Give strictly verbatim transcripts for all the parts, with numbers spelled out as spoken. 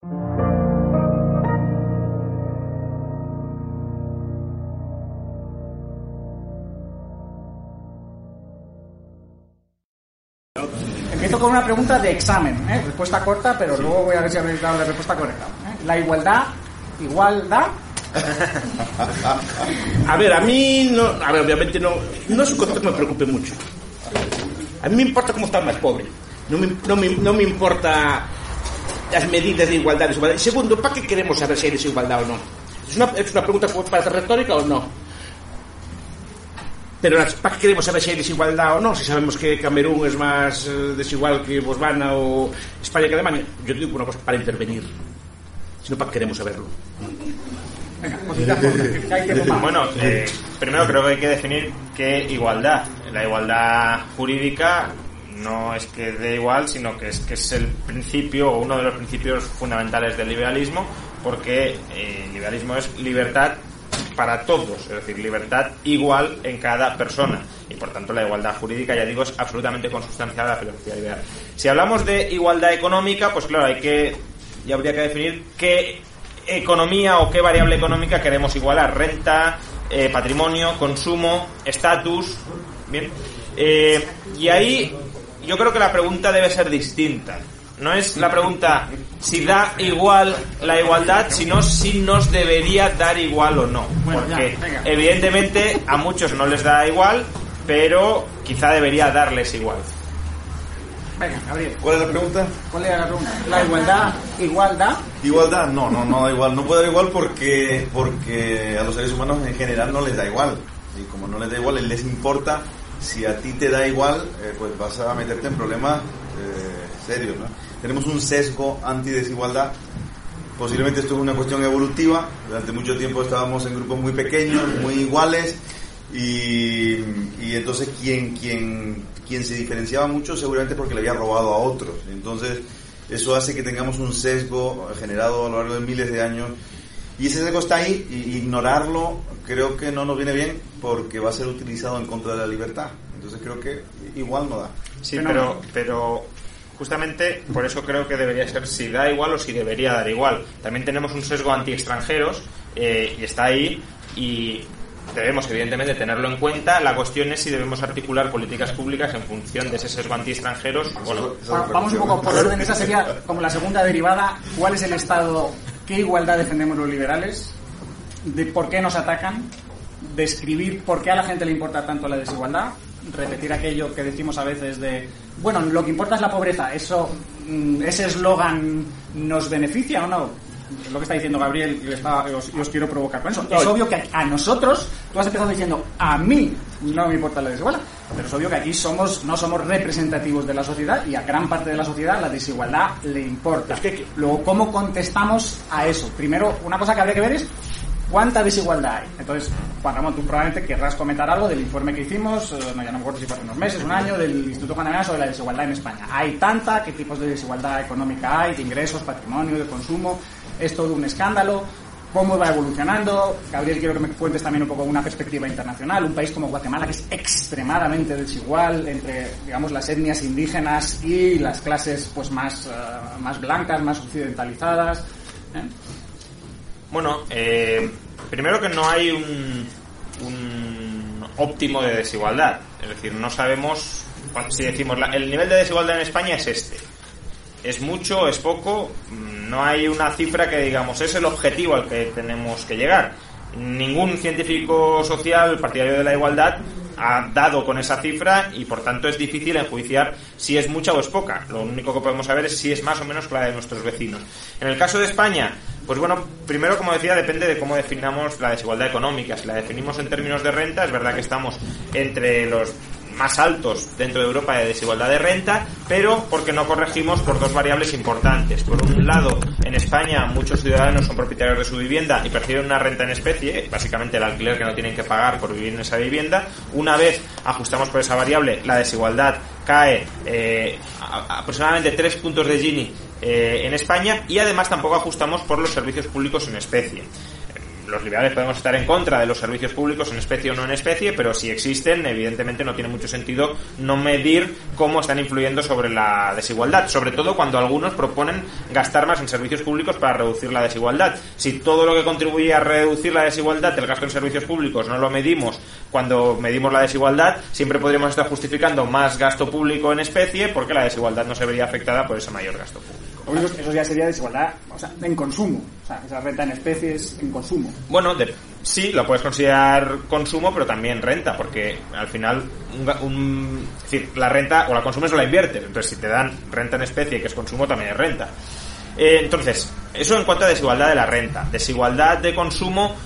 Empiezo con una pregunta de examen, ¿eh? Respuesta corta, pero sí. Luego voy a ver si habéis dado la respuesta correcta, ¿eh? La igualdad, igualdad. A ver, a mí no, a ver, obviamente no, no es un concepto que me preocupe mucho. A mí me importa cómo está el más pobre. No me, no me, no me importa las medidas de igualdad, desigualdad. Segundo, ¿para qué queremos saber si hay desigualdad o no? ¿Es una, es una pregunta para ser retórica o no? Pero ¿para qué queremos saber si hay desigualdad o no? Si sabemos que Camerún es más eh, desigual que Botswana o España que Alemania. Yo digo una cosa, para intervenir. Si no, ¿para qué queremos saberlo? Bueno, eh, primero creo que hay que definir qué igualdad. La igualdad jurídica no es que dé igual, sino que es que es el principio o uno de los principios fundamentales del liberalismo, porque eh, el liberalismo es libertad para todos, es decir, libertad igual en cada persona, y por tanto la igualdad jurídica, ya digo, es absolutamente consustancial a la filosofía liberal. Si hablamos de igualdad económica, pues claro, hay que, ya habría que definir qué economía o qué variable económica queremos igualar: renta, eh, patrimonio, consumo, estatus, bien, eh, y ahí yo creo que la pregunta debe ser distinta. No es la pregunta si da igual la igualdad, sino si nos debería dar igual o no. Porque evidentemente a muchos no les da igual, pero quizá debería darles igual. Venga, Gabriel. ¿Cuál es la pregunta? ¿Cuál era la pregunta? ¿La igualdad, igualdad? Igualdad, no, no, no da igual. No puede dar igual porque, porque a los seres humanos en general no les da igual. Y como no les da igual, les importa. Si a ti te da igual, eh, pues vas a meterte en problemas eh, serios, ¿no? Tenemos un sesgo antidesigualdad. Posiblemente esto es una cuestión evolutiva. Durante mucho tiempo estábamos en grupos muy pequeños, muy iguales, y, y entonces quien, quien, quien se diferenciaba mucho seguramente porque le había robado a otros. Entonces eso hace que tengamos un sesgo generado a lo largo de miles de años, y ese sesgo está ahí, y ignorarlo creo que no nos viene bien porque va a ser utilizado en contra de la libertad. Entonces creo que igual no da. Sí, pero, pero justamente por eso creo que debería ser si da igual o si debería dar igual. También tenemos un sesgo anti-extranjeros, eh, y está ahí, y debemos evidentemente tenerlo en cuenta. La cuestión es si debemos articular políticas públicas en función de ese sesgo anti-extranjeros o no. Bueno, vamos un poco por orden. Esa sería como la segunda derivada. ¿Cuál es el estado? ¿Qué igualdad defendemos los liberales? ¿De por qué nos atacan? Describir por qué a la gente le importa tanto la desigualdad. Repetir aquello que decimos a veces de, bueno, lo que importa es la pobreza. Eso, ese eslogan nos beneficia o no. Es lo que está diciendo Gabriel, y está, os, os quiero provocar con eso. Es obvio que a nosotros, tú has empezado diciendo, a mí no me importa la desigualdad, pero es obvio que aquí somos no somos representativos de la sociedad, y a gran parte de la sociedad la desigualdad le importa. Es que, luego, ¿cómo contestamos a eso? Primero, una cosa que habría que ver es ¿cuánta desigualdad hay? Entonces, Juan Ramón, tú probablemente querrás comentar algo del informe que hicimos, eh, no, ya no me acuerdo si fue hace unos meses, un año, del Instituto Juan de Arena sobre la desigualdad en España. ¿Hay tanta? ¿Qué tipos de desigualdad económica hay? ¿De ingresos, patrimonio, de consumo? ¿Es todo un escándalo? ¿Cómo va evolucionando? Gabriel, quiero que me cuentes también un poco una perspectiva internacional. Un país como Guatemala, que es extremadamente desigual entre, digamos, las etnias indígenas y las clases pues más, uh, más blancas, más occidentalizadas. ¿Eh? Bueno, eh, primero que no hay un, un óptimo de desigualdad. Es decir, no sabemos, si decimos la, el nivel de desigualdad en España es este. ¿Es mucho? ¿Es poco? No hay una cifra que digamos es el objetivo al que tenemos que llegar. Ningún científico social partidario de la igualdad ha dado con esa cifra, y por tanto es difícil enjuiciar si es mucha o es poca. Lo único que podemos saber es si es más o menos que la de nuestros vecinos. En el caso de España, pues bueno, primero, como decía, depende de cómo definamos la desigualdad económica. Si la definimos en términos de renta, es verdad que estamos entre los más altos dentro de Europa de desigualdad de renta, pero porque no corregimos por dos variables importantes. Por un lado, en España muchos ciudadanos son propietarios de su vivienda y perciben una renta en especie, básicamente el alquiler que no tienen que pagar por vivir en esa vivienda. Una vez ajustamos por esa variable, la desigualdad cae eh, a, a aproximadamente tres puntos de Gini eh, en España, y además tampoco ajustamos por los servicios públicos en especie. los liberales podemos estar en contra de los servicios públicos en especie o no en especie, pero si existen, evidentemente no tiene mucho sentido no medir cómo están influyendo sobre la desigualdad, sobre todo cuando algunos proponen gastar más en servicios públicos para reducir la desigualdad. Si todo lo que contribuye a reducir la desigualdad, el gasto en servicios públicos, no lo medimos cuando medimos la desigualdad, siempre podríamos estar justificando más gasto público en especie porque la desigualdad no se vería afectada por ese mayor gasto público. Eso, eso ya sería desigualdad, o sea, en consumo, o sea, esa renta en especies en consumo. Bueno, de, sí, lo puedes considerar consumo, pero también renta, porque al final, un, un, es decir, la renta o la consumes o la inviertes, entonces si te dan renta en especie, que es consumo, también es renta. Eh, entonces, eso en cuanto a desigualdad de la renta. Desigualdad de consumo,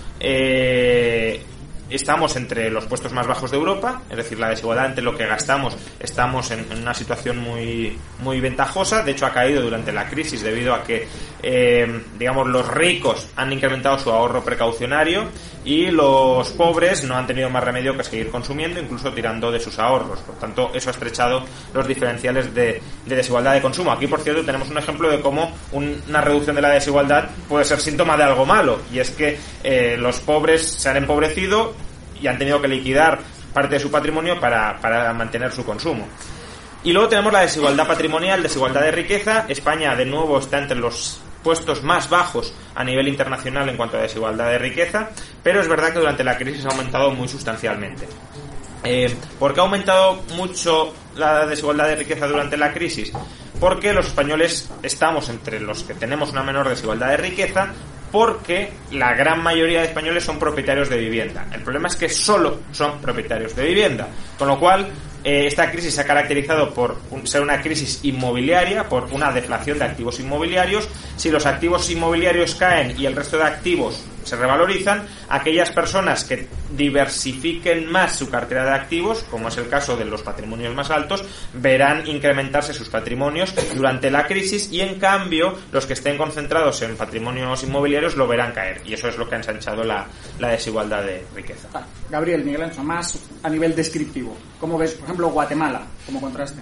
eh... estamos entre los puestos más bajos de Europa, es decir, la desigualdad entre lo que gastamos, estamos en, en una situación muy muy ventajosa. De hecho, ha caído durante la crisis debido a que, eh, digamos, los ricos han incrementado su ahorro precaucionario y los pobres no han tenido más remedio que seguir consumiendo, incluso tirando de sus ahorros. Por tanto, eso ha estrechado los diferenciales de, de desigualdad de consumo. Aquí, por cierto, tenemos un ejemplo de cómo un, una reducción de la desigualdad puede ser síntoma de algo malo, y es que eh, los pobres se han empobrecido y han tenido que liquidar parte de su patrimonio para, para mantener su consumo. Y luego tenemos la desigualdad patrimonial, desigualdad de riqueza. España, de nuevo, está entre los puestos más bajos a nivel internacional en cuanto a desigualdad de riqueza, pero es verdad que durante la crisis ha aumentado muy sustancialmente. Eh, ¿Por qué ha aumentado mucho la desigualdad de riqueza durante la crisis? Porque los españoles estamos entre los que tenemos una menor desigualdad de riqueza, porque la gran mayoría de españoles son propietarios de vivienda. El problema es que solo son propietarios de vivienda, con lo cual eh, esta crisis se ha caracterizado por un, ser una crisis inmobiliaria, por una deflación de activos inmobiliarios. Si los activos inmobiliarios caen y el resto de activos se revalorizan, aquellas personas que diversifiquen más su cartera de activos, como es el caso de los patrimonios más altos, verán incrementarse sus patrimonios durante la crisis, y en cambio los que estén concentrados en patrimonios inmobiliarios lo verán caer, y eso es lo que ha ensanchado la, la desigualdad de riqueza. Ah, Gabriel, Miguel Ancho, más a nivel descriptivo, ¿cómo ves, por ejemplo, Guatemala como contraste?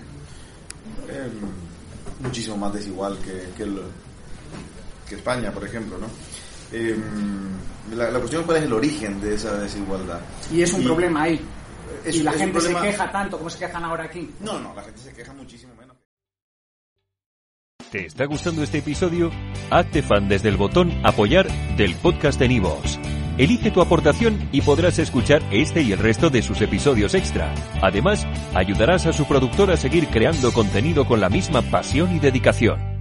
Eh, muchísimo más desigual que, que, el, que España, por ejemplo, ¿no? Eh, la, la cuestión es cuál es el origen de esa desigualdad. Y es un y, problema ahí. Es, y la es gente problema... se queja tanto como se quejan ahora aquí. No, no, la gente se queja muchísimo menos. ¿Te está gustando este episodio? Hazte fan desde el botón Apoyar del podcast de Nivos. Elige tu aportación y podrás escuchar este y el resto de sus episodios extra. Además, ayudarás a su productor a seguir creando contenido con la misma pasión y dedicación.